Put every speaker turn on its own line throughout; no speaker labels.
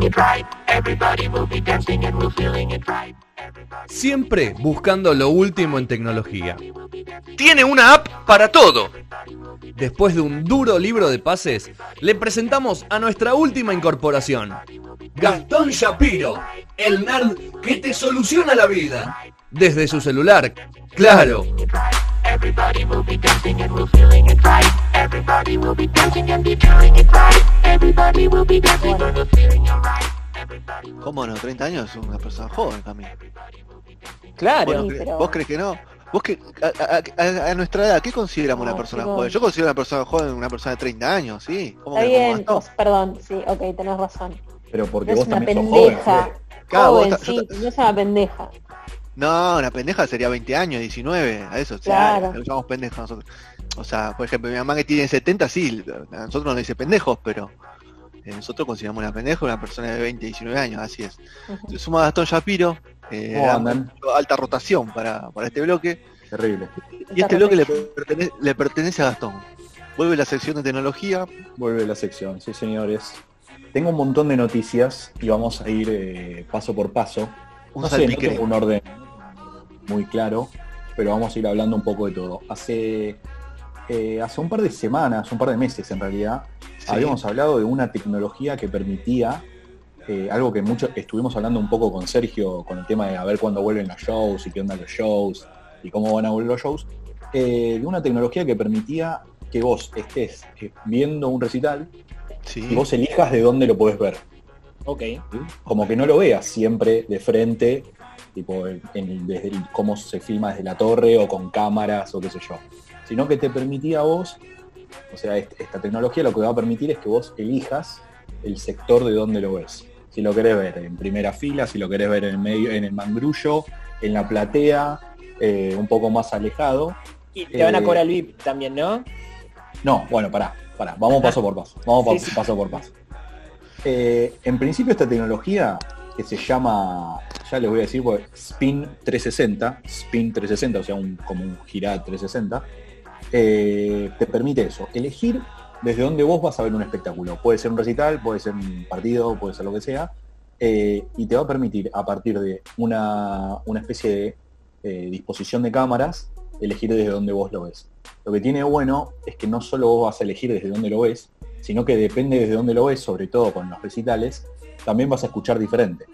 Siempre buscando lo último en tecnología. Tiene una app para todo. Después de un duro libro de pases, le presentamos a nuestra última incorporación. Gastón Shapiro, el nerd que te soluciona la vida. Desde su celular, claro. Everybody will be dancing and we're feeling it right. Everybody will be dancing and be feeling it right. Everybody will be dancing and we're feeling it right.
¿Cómo no? 30 años es una persona joven, Camilo.
Claro.
¿Vos crees que no? ¿Vos que a nuestra edad, qué consideramos una persona joven? Yo considero una persona joven una persona de 30 años, ¿sí? ¿Cómo
Está
que
bien, perdón, sí, ok, tenés razón.
Pero porque
no
vos
es una
también
pendeja.
sos joven.
Claro,
Joven,
vos
sí, no es una pendeja.
No, una pendeja sería 20 años, 19, a eso,
Claro.
o sea, lo llamamos pendejos nosotros. O sea, por ejemplo, mi mamá que tiene 70, sí, a nosotros nos dice pendejos, pero nosotros consideramos una pendeja una persona de 20, 19 años, así es. Se suma Gastón Shapiro,
¿Cómo andan?
alta rotación para este bloque.
Terrible.
Y este bloque le pertenece a Gastón. Vuelve la sección de tecnología.
Vuelve la sección, sí señores. Tengo un montón de noticias y vamos a ir paso por paso.
Un
No sé, no tengo un orden muy claro, pero vamos a ir hablando un poco de todo. Hace un par de semanas, un par de meses en realidad,
sí,
habíamos hablado de una tecnología que permitía algo que mucho estuvimos hablando un poco con Sergio, con el tema de a ver cuándo vuelven los shows y qué onda los shows y cómo van a volver los shows, de una tecnología que permitía que vos estés viendo un recital
sí,
y vos elijas de dónde lo podés ver.
Ok.
¿Sí? Como que no lo veas siempre de frente, tipo desde cómo se filma desde la torre o con cámaras o qué sé yo, sino que te permitía a vos, o sea, esta tecnología lo que va a permitir es que vos elijas el sector de donde lo ves. Si lo querés ver en primera fila, si lo querés ver en el medio, en el mangrullo, en la platea, un poco más alejado.
Y te van a cobrar el VIP también, ¿no?
No, bueno, pará, vamos paso por paso. Vamos
Sí.
paso por paso. En principio esta tecnología que se llama, ya les voy a decir, Spin 360, o sea, como un girar 360, te permite eso, elegir desde dónde vos vas a ver un espectáculo. Puede ser un recital, puede ser un partido, puede ser lo que sea, y te va a permitir, a partir de una especie de disposición de cámaras, elegir desde dónde vos lo ves. Lo que tiene bueno es que no solo vos vas a elegir desde dónde lo ves, sino que depende desde dónde lo ves, sobre todo con los recitales, también vas a escuchar diferente.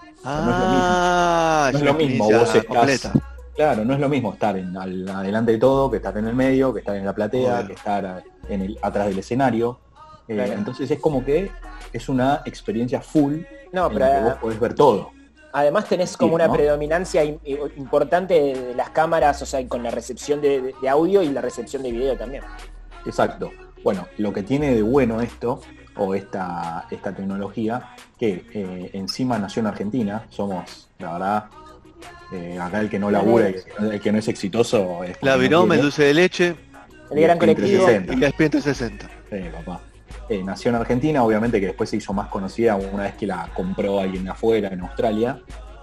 No es lo mismo, vos estás completa. Claro, no es lo mismo estar adelante de todo, que estar en el medio, que estar en la platea, que estar atrás del escenario. Claro. Entonces es como que es una experiencia full en la que vos podés ver todo.
Además tenés como una predominancia importante de las cámaras, o sea, con la recepción de audio y la recepción de video también.
Exacto. Bueno, lo que tiene de bueno esto, o esta tecnología, que encima nació en Argentina, somos, la verdad, acá el que no labura, el que no es exitoso... Es
la virome, el dulce de leche,
el gran colectivo,
y la Spin 360.
Sí, papá. Nació en Argentina, obviamente que después se hizo más conocida una vez que la compró alguien afuera, en Australia.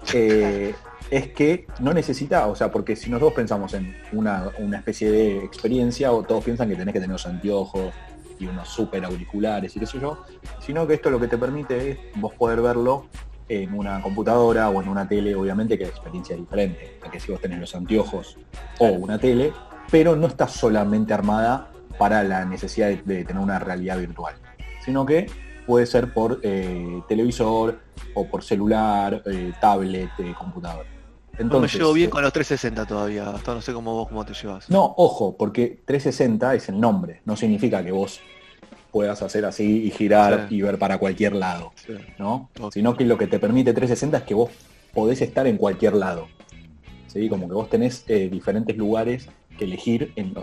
Es que no necesita, o sea, porque si nosotros pensamos en una especie de experiencia, o todos piensan que tenés que tener los anteojos y unos super auriculares y qué sé yo, sino que esto lo que te permite es vos poder verlo en una computadora o en una tele, obviamente que la experiencia es diferente, a que si vos tenés los anteojos o una tele, pero no está solamente armada para la necesidad de tener una realidad virtual, sino que puede ser por televisor o por celular, tablet, computadora. Entonces,
no me llevo bien con los 360 todavía, hasta no sé cómo te llevas.
No, ojo, porque 360 es el nombre, no significa que vos puedas hacer así y girar y ver para cualquier lado, ¿no? Sino que lo que te permite 360 es que vos podés estar en cualquier lado, ¿sí? Como que vos tenés diferentes lugares que elegir en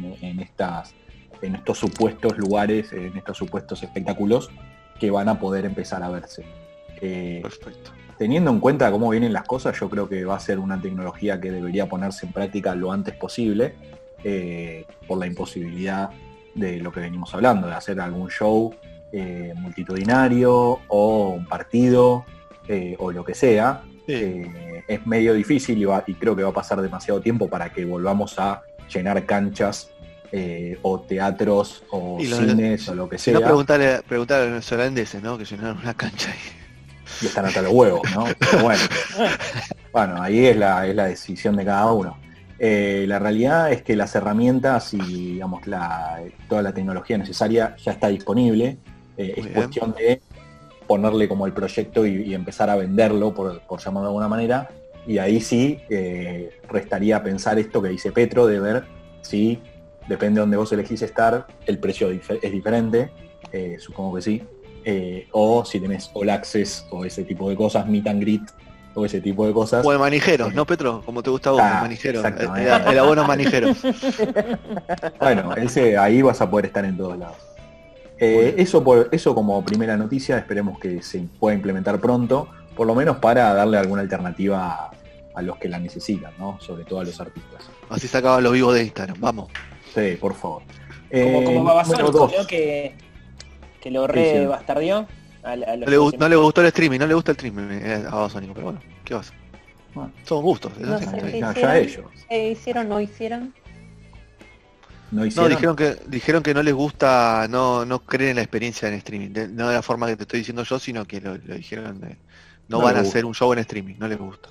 estos supuestos lugares, en estos supuestos espectáculos que van a poder empezar a verse.
Perfecto.
Teniendo en cuenta cómo vienen las cosas, yo creo que va a ser una tecnología que debería ponerse en práctica lo antes posible, por la imposibilidad de lo que venimos hablando, de hacer algún show multitudinario o un partido o lo que sea. Sí. Es medio difícil y creo que va a pasar demasiado tiempo para que volvamos a llenar canchas o teatros o cines o lo que sea.
No preguntarle a los holandeses, ¿no? Que llenaron una cancha ahí.
y están hasta los huevos, ¿no? Pero bueno, ahí es la decisión de cada uno. La realidad es que las herramientas y digamos toda la tecnología necesaria ya está disponible. Es cuestión de ponerle como el proyecto y empezar a venderlo, por llamarlo de alguna manera, y ahí sí restaría pensar esto que dice Petro, de ver si, depende de donde vos elegís estar, el precio es diferente, supongo que sí, o si tenés All Access o ese tipo de cosas, Meet and Greet, o ese tipo de cosas.
O de manijeros, ¿no, Petro? Como te gusta a vos, el manijero. El abono manijero.
Bueno, ahí vas a poder estar en todos lados. Eso como primera noticia, esperemos que se pueda implementar pronto, por lo menos para darle alguna alternativa a los que la necesitan, ¿no? Sobre todo a los artistas.
Así se acaban los vivos de Instagram, vamos.
Sí, por favor.
Como Babasónico, ¿no? Que lo bastardió.
No le gustó el streaming, no le gusta el streaming a Babasónico, pero bueno, ¿qué vas? Bueno, son gustos.
No sé,
ya ellos.
¿Hicieron o no hicieron?
No hicieron.
Dijeron que no les gusta, no creen en la experiencia en streaming, no de la forma que te estoy diciendo yo, sino que lo dijeron no van a hacer un show en streaming, no les gusta.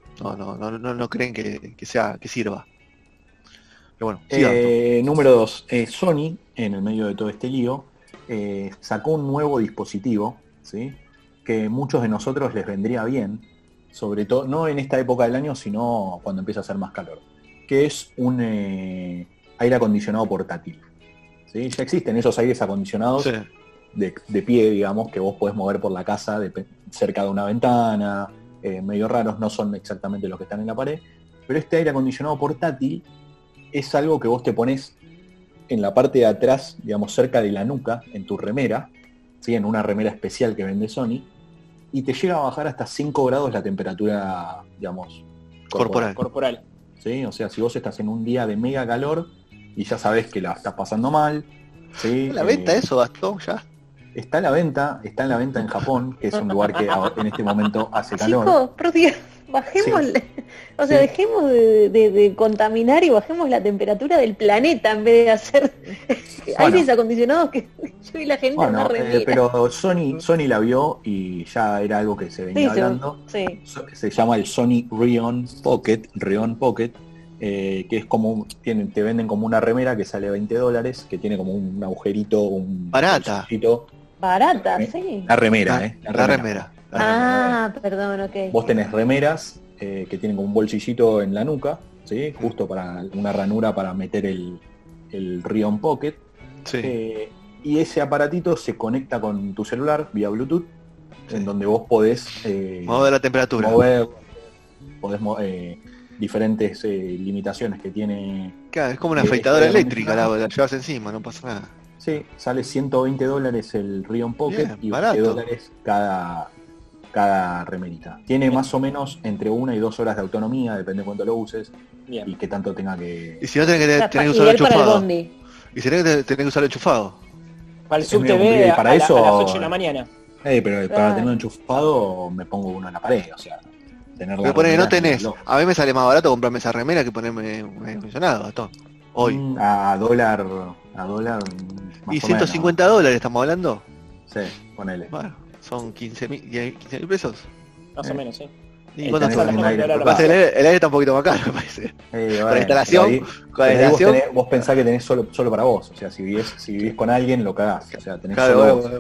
No creen que sirva. Pero bueno,
número 2, Sony, en el medio de todo este lío, sacó un nuevo dispositivo, ¿sí? Que muchos de nosotros les vendría bien, sobre todo, no en esta época del año, sino cuando empieza a hacer más calor, que es un aire acondicionado portátil. ¿Sí? Ya existen esos aires acondicionados de pie, digamos, que vos podés mover por la casa cerca de una ventana, medio raros, no son exactamente los que están en la pared, pero este aire acondicionado portátil es algo que vos te pones en la parte de atrás, digamos, cerca de la nuca, en tu remera, ¿sí? En una remera especial que vende Sony, y te llega a bajar hasta 5 grados la temperatura, digamos,
corporal.
¿Sí? O sea, si vos estás en un día de mega calor y ya sabés que la estás pasando mal, ¿sí?
¿La venta eso, Gastón, ya?
Está en la venta en Japón, que es un lugar que en este momento hace calor.
Chicos, por Dios, bajemos, dejemos de contaminar y bajemos la temperatura del planeta en vez de hacer aires acondicionados que yo y la gente no remira.
Pero Sony la vio y ya era algo que se venía hablando.
Sí.
Se llama el Sony Rion Pocket, que es como te venden como una remera que sale $20, que tiene como un agujerito,
barata.
Bolsillito.
Barata, sí.
La remera,
La remera.
Perdón, ok.
Vos tenés remeras que tienen como un bolsillito en la nuca, ¿sí? Justo para una ranura para meter el Rion Pocket.
Sí.
Y ese aparatito se conecta con tu celular vía Bluetooth, en donde vos podés
mover la temperatura.
Podés diferentes limitaciones que tiene.
Claro, es como una afeitadora eléctrica, la llevas encima, no pasa nada.
Sí, sale $120 el Rion Pocket. Bien, y
barato.
$20 cada remerita. Tiene más o menos entre 1 y 2 horas de autonomía, depende de cuánto lo uses.
Bien.
Y qué tanto tenga que...
Y si no tenés que usarlo enchufado. Y si tenés que usarlo enchufado.
Para el subtv
para eso,
a las 8 de la mañana.
Pero para tenerlo enchufado me pongo uno en la pared, o sea...
Pero ponele, no tenés. A mí me sale más barato comprarme esa remera que ponerme un aire acondicionado, Gastón. Hoy.
A dólar
¿Y $150 estamos hablando?
Sí, ponele.
Bueno, son 15.000 pesos.
Más o menos, sí.
¿Y cuánto está el aire está un poquito más caro, me parece. Con instalación.
Vos pensás que tenés solo para vos. O sea, si vivís con alguien, lo cagás. O sea, tenés
solo
vos.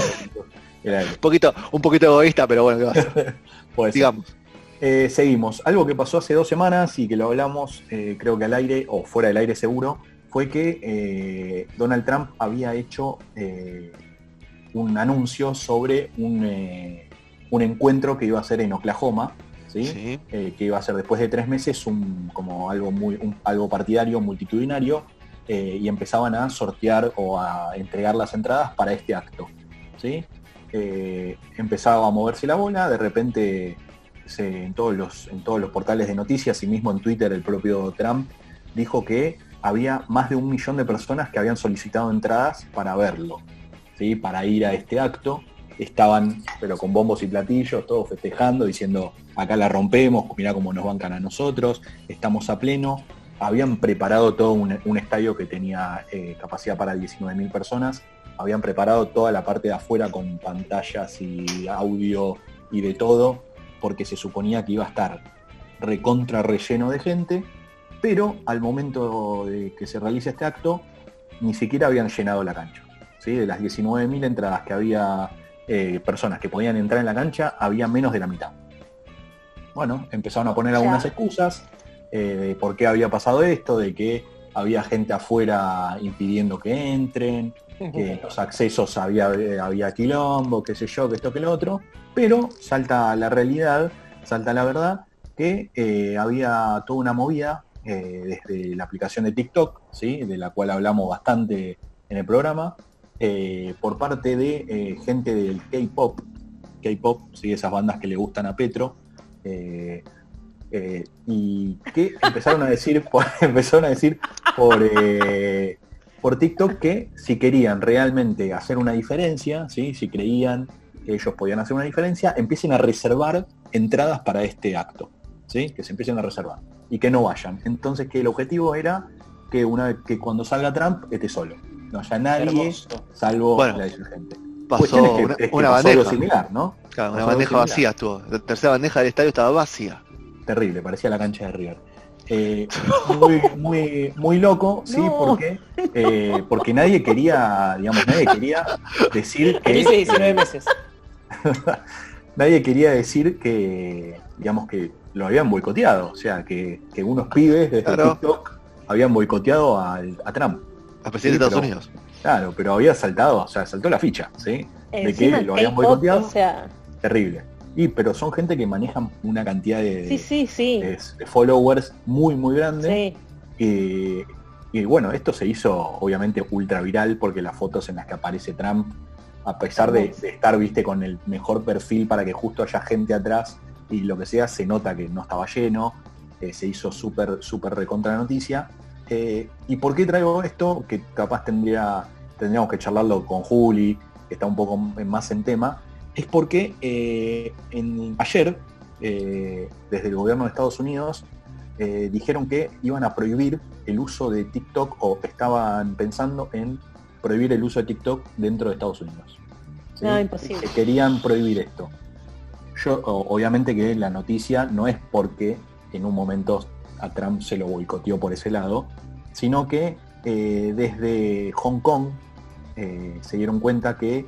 Un poquito egoísta, pero bueno, ¿qué vas?
Pues digamos. Seguimos. Algo que pasó hace 2 semanas y que lo hablamos, creo que al aire, o fuera del aire seguro, fue que Donald Trump había hecho un anuncio sobre un encuentro que iba a ser en Oklahoma, ¿sí? Sí. Que iba a ser después de 3 meses algo partidario, multitudinario, y empezaban a sortear o a entregar las entradas para este acto, ¿sí? Empezaba a moverse la bola, de repente en todos los portales de noticias y mismo en Twitter el propio Trump dijo que había más de 1 millón de personas que habían solicitado entradas para verlo, ¿sí? Para ir a este acto. Estaban, pero con bombos y platillos, todos festejando, diciendo, acá la rompemos, mirá cómo nos bancan a nosotros, estamos a pleno. Habían preparado todo un estadio que tenía capacidad para 19.000 personas, habían preparado toda la parte de afuera con pantallas y audio y de todo, porque se suponía que iba a estar recontra relleno de gente, pero al momento de que se realice este acto, ni siquiera habían llenado la cancha. ¿Sí? De las 19.000 entradas que había, personas que podían entrar en la cancha, había menos de la mitad. Bueno, empezaron a poner algunas excusas de por qué había pasado esto, de que había gente afuera impidiendo que entren, que los accesos había quilombo, qué sé yo, que esto, que lo otro, pero salta la realidad, salta la verdad, que había toda una movida desde la aplicación de TikTok, ¿sí? De la cual hablamos bastante en el programa, por parte de gente del K-pop, ¿sí? Esas bandas que le gustan a Petro, y que empezaron a decir por TikTok que si querían realmente hacer una diferencia, ¿sí? Si creían que ellos podían hacer una diferencia, empiecen a reservar entradas para este acto, ¿sí? Que se empiecen a reservar y que no vayan. Entonces, que el objetivo era que que cuando salga Trump esté solo, no haya nadie salvo la gente.
Pasó una bandeja
similar, ¿no?
Claro, una bandeja vacía estuvo. La tercera bandeja del estadio estaba vacía.
Terrible, parecía la cancha de River. Muy loco, sí,
No.
porque nadie quería decir que...
Dice 19 meses.
Nadie quería decir que, digamos, que lo habían boicoteado, o sea, que unos pibes desde TikTok habían boicoteado a Trump.
Al presidente de Estados Unidos.
Claro, pero había saltado la ficha, ¿sí? De
Encima
que lo habían
K-pop,
boicoteado.
o sea,
Terrible. Pero son gente que manejan una cantidad de followers muy grande.
Sí.
Y bueno, esto se hizo obviamente ultra viral porque las fotos en las que aparece Trump, a pesar de estar, viste, con el mejor perfil para que justo haya gente atrás y lo que sea, se nota que no estaba lleno, se hizo súper recontra noticia. ¿Y por qué traigo esto? Que capaz tendríamos que charlarlo con Juli, que está un poco más en tema. Es porque ayer, desde el gobierno de Estados Unidos, dijeron que iban a prohibir el uso de TikTok, o estaban pensando en prohibir el uso de TikTok dentro de Estados Unidos. ¿Sí?
No, imposible.
Que querían prohibir esto. Obviamente que la noticia no es porque en un momento a Trump se lo boicoteó por ese lado, sino que desde Hong Kong se dieron cuenta que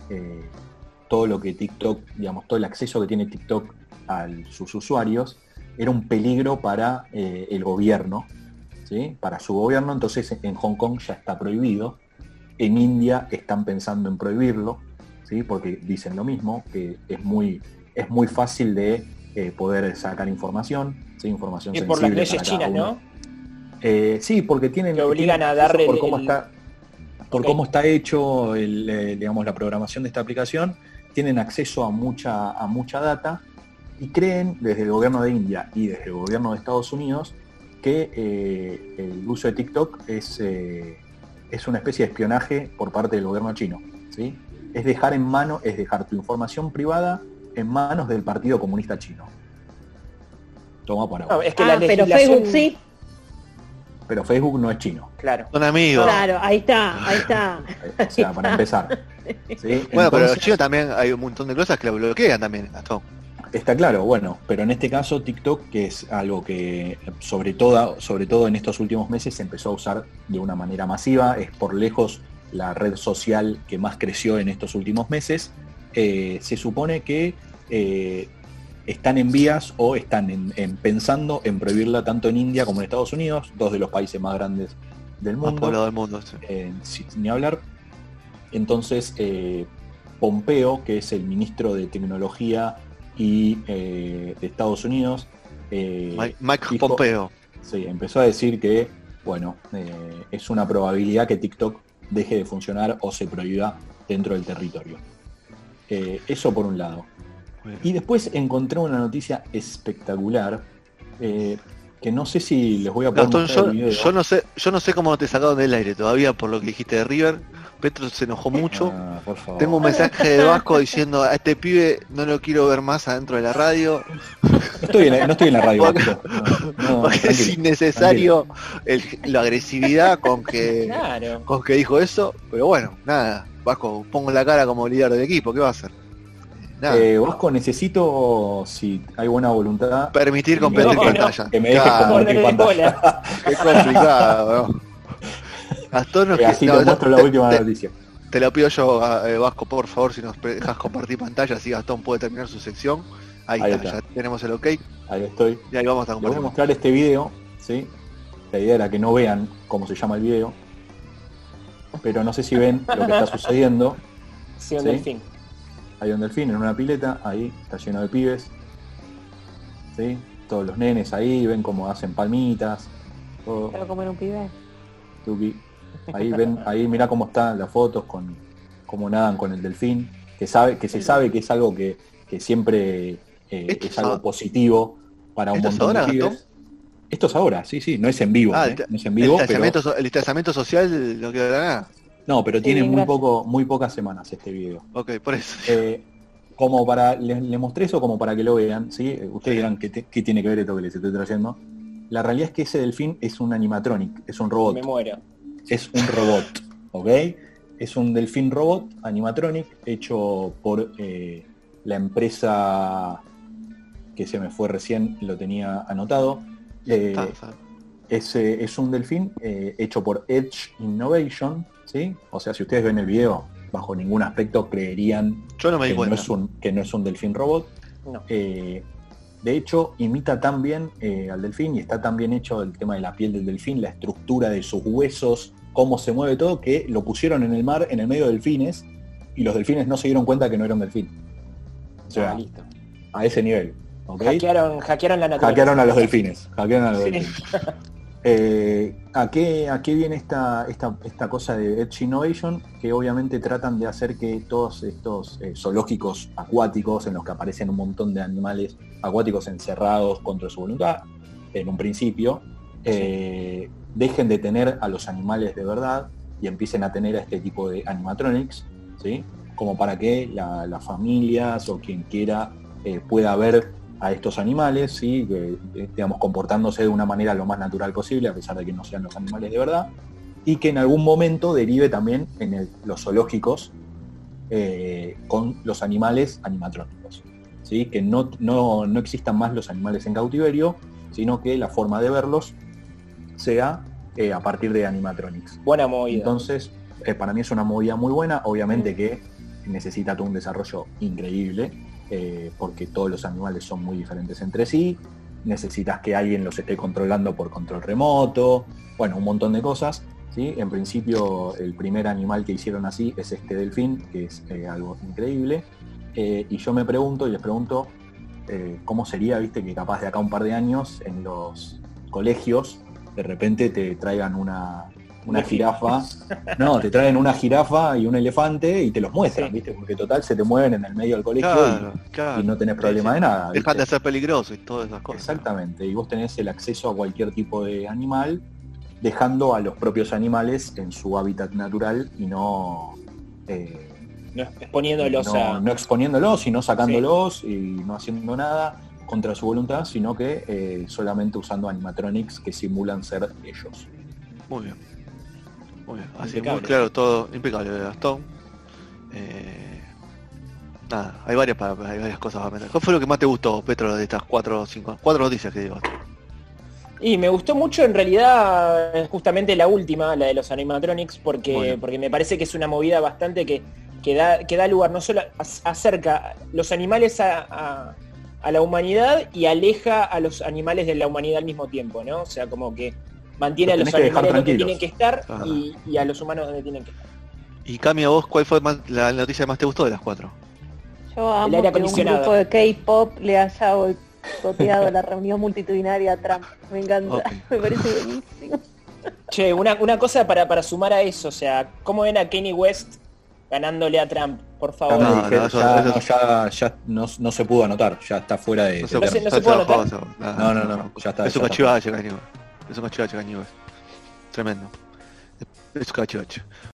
todo lo que TikTok, digamos, todo el acceso que tiene TikTok a sus usuarios era un peligro para el gobierno, ¿sí? Para su gobierno. Entonces en Hong Kong ya está prohibido. En India están pensando en prohibirlo, ¿sí? Porque dicen lo mismo, que es muy fácil de poder sacar información, ¿sí? Información sensible.
Y por las leyes chinas, ¿no?
Sí, porque tienen...
Que obligan a darle...
Por cómo está hecho digamos, la programación de esta aplicación, tienen acceso a mucha data y creen desde el gobierno de India y desde el gobierno de Estados Unidos que el uso de TikTok es una especie de espionaje por parte del gobierno chino, ¿sí? Es dejar tu información privada en manos del Partido Comunista Chino. Toma por ahora.
No, es que
pero Facebook sí.
Pero Facebook no es chino.
Claro.
Son amigos.
Claro, ahí está.
O sea, para empezar. ¿Sí?
Bueno, pero
Entonces,
los chinos también hay un montón de cosas que lo bloquean también, Gastón.
Está claro, bueno, pero en este caso TikTok, que es algo que sobre todo en estos últimos meses se empezó a usar de una manera masiva, es por lejos la red social que más creció en estos últimos meses, se supone que están en vías o están pensando en prohibirla tanto en India como en Estados Unidos, dos de los países más grandes del mundo.
Más poblado del mundo,
Sin
sí.
ni hablar. Entonces, Pompeo, que es el ministro de Tecnología y de Estados Unidos,
Mike
dijo,
Pompeo.
Sí, empezó a decir que, bueno, es una probabilidad que TikTok deje de funcionar o se prohíba dentro del territorio. Eso por un lado. Y después encontré una noticia espectacular, que no sé si les voy a poner.
Gastón, yo no sé cómo te sacaron del aire todavía por lo que dijiste de River. Petro se enojó mucho.
Por favor.
Tengo un mensaje de Vasco diciendo: a este pibe no lo quiero ver más adentro de la radio.
No estoy en la radio.
Porque es innecesario la agresividad con que dijo eso. Pero bueno, nada, Vasco, pongo la cara como líder del equipo, ¿qué va a hacer?
Vasco, necesito, si hay buena voluntad,
permitir compartir pantalla.
Que me dejes compartir pantalla.
Qué complicado, ¿no? Gastón,
así te muestro la última noticia.
Te lo pido yo, Vasco, por favor, si nos dejas compartir pantalla, así Gastón puede terminar su sección. Ahí está, ya tenemos el ok.
Ahí estoy.
Y ahí vamos a
Les
compartir.
voy a mostrar este video, ¿sí? La idea era que no vean cómo se llama el video, pero no sé si ven lo que está sucediendo.
Sí, un delfín.
Hay un delfín en una pileta, ahí está lleno de pibes, ¿sí? Todos los nenes ahí, ven cómo hacen palmitas, todo.
Pero comer un pibe.
Tuki. Ahí ven, ahí mirá cómo están las fotos con cómo nadan con el delfín, que se sabe que es algo que siempre es algo positivo para un montón de pibes. Esto es ahora, sí, no es en vivo, no es en vivo,
el distanciamiento social no queda nada.
No, pero tiene muy pocas semanas este video.
Ok, por eso.
Como para, le mostré eso como para que lo vean, ¿sí? Ustedes dirán qué tiene que ver esto que les estoy trayendo. La realidad es que ese delfín es un animatronic, es un robot.
Me muero.
Es un robot, ¿ok? Es un delfín robot animatronic hecho por la empresa que se me fue recién, lo tenía anotado. Es un delfín hecho por Edge Innovation, ¿sí? O sea, si ustedes ven el video, bajo ningún aspecto creerían
Yo no me di cuenta.
que no es un delfín robot.
No.
De hecho, imita tan bien al delfín y está tan bien hecho el tema de la piel del delfín, la estructura de sus huesos, cómo se mueve todo, que lo pusieron en el mar, en el medio de delfines, y los delfines no se dieron cuenta que no era un delfín. O sea,
listo.
a ese nivel. ¿Okay?
Hackearon la naturaleza.
Hackearon a los delfines.
Sí.
¿A qué viene esta cosa de Edge Innovation? Que obviamente tratan de hacer que todos estos zoológicos acuáticos, en los que aparecen un montón de animales acuáticos encerrados contra su voluntad, en un principio, dejen de tener a los animales de verdad y empiecen a tener a este tipo de animatronics, ¿sí? Como para que las familias o quien quiera pueda ver a estos animales, ¿sí? Digamos, comportándose de una manera lo más natural posible, a pesar de que no sean los animales de verdad, y que en algún momento derive también en los zoológicos con los animales animatrónicos, ¿sí? Que no existan más los animales en cautiverio, sino que la forma de verlos sea a partir de animatronics.
Buena movida.
Entonces, para mí es una movida muy buena, obviamente que necesita todo un desarrollo increíble, porque todos los animales son muy diferentes entre sí, necesitas que alguien los esté controlando por control remoto, bueno, un montón de cosas, ¿sí? En principio, el primer animal que hicieron así es este delfín, que es algo increíble, y yo me pregunto, y les pregunto, ¿cómo sería, viste, que capaz de acá un par de años en los colegios de repente te traigan una jirafa, no, te traen una jirafa y un elefante y te los muestran, ¿viste? Porque total se te mueven en el medio del colegio y no tenés problema de nada, ¿viste?
Dejan de ser peligrosos y todas esas cosas.
Exactamente, y vos tenés el acceso a cualquier tipo de animal, dejando a los propios animales en su hábitat natural y no exponiéndolos y no sacándolos y no haciendo nada contra su voluntad, sino que solamente usando animatronics que simulan ser ellos.
Muy bien. Muy bien, así muy claro todo, impecable Gastón. Nada, hay varias cosas para meter. ¿Cuál fue lo que más te gustó, Petro, de estas 4 noticias que digo?
Y me gustó mucho en realidad justamente la última, la de los animatronics, porque me parece que es una movida bastante que da lugar no solo acerca los animales a la humanidad y aleja a los animales de la humanidad al mismo tiempo, ¿no? O sea, como que mantiene a los animales donde tienen que estar y a los humanos donde tienen que estar.
Y Cami, a vos, ¿cuál fue la noticia que más te gustó de las 4?
Yo amo que un grupo de K-pop le haya boicoteado la reunión multitudinaria a Trump. Me encanta, me parece buenísimo.
Che, una cosa para sumar a eso, o sea, ¿cómo ven a Kanye West ganándole a Trump? Por favor.
Ya no se pudo anotar, ya está fuera de...
No se pudo anotar.
No, ya está.
Es un cachivache, Kanye West. Es un cachivache, Kanye West. Tremendo. Es un cachivache.